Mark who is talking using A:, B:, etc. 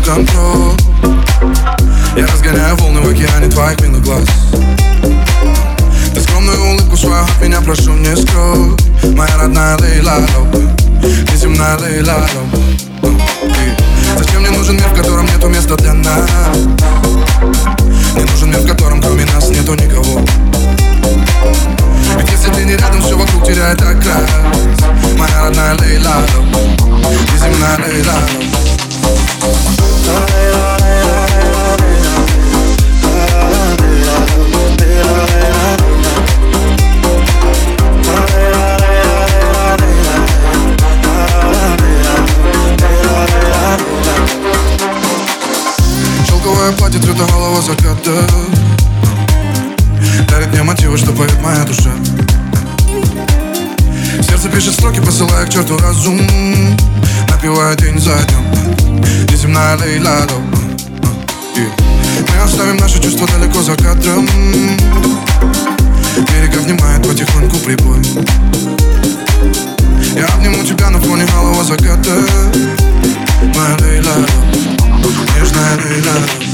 A: контроль. Я разгоняю волны в океане твоих милых глаз. Ты скромную улыбку свою от меня прошу не скрой. Моя родная Лейла, неземная Лейла. Зачем мне нужен мир, в котором нету места для нас? Мне нужен мир, в котором кроме нас нету никого. Ведь если ты не рядом, все вокруг теряет окрас. Моя родная Лейла, неземная Лейла. Шелковое платье цвета голого заката дарит мне мотивы, что поет моя душа. Сердце пишет строки, посылая к черту разум, напевая день за днем. Неземная Лейла. Мы оставим наши чувства далеко за кадром. Берега внимает потихоньку прибой. Я обниму тебя на фоне голого заката. Моя Лейла, нежная Лейла.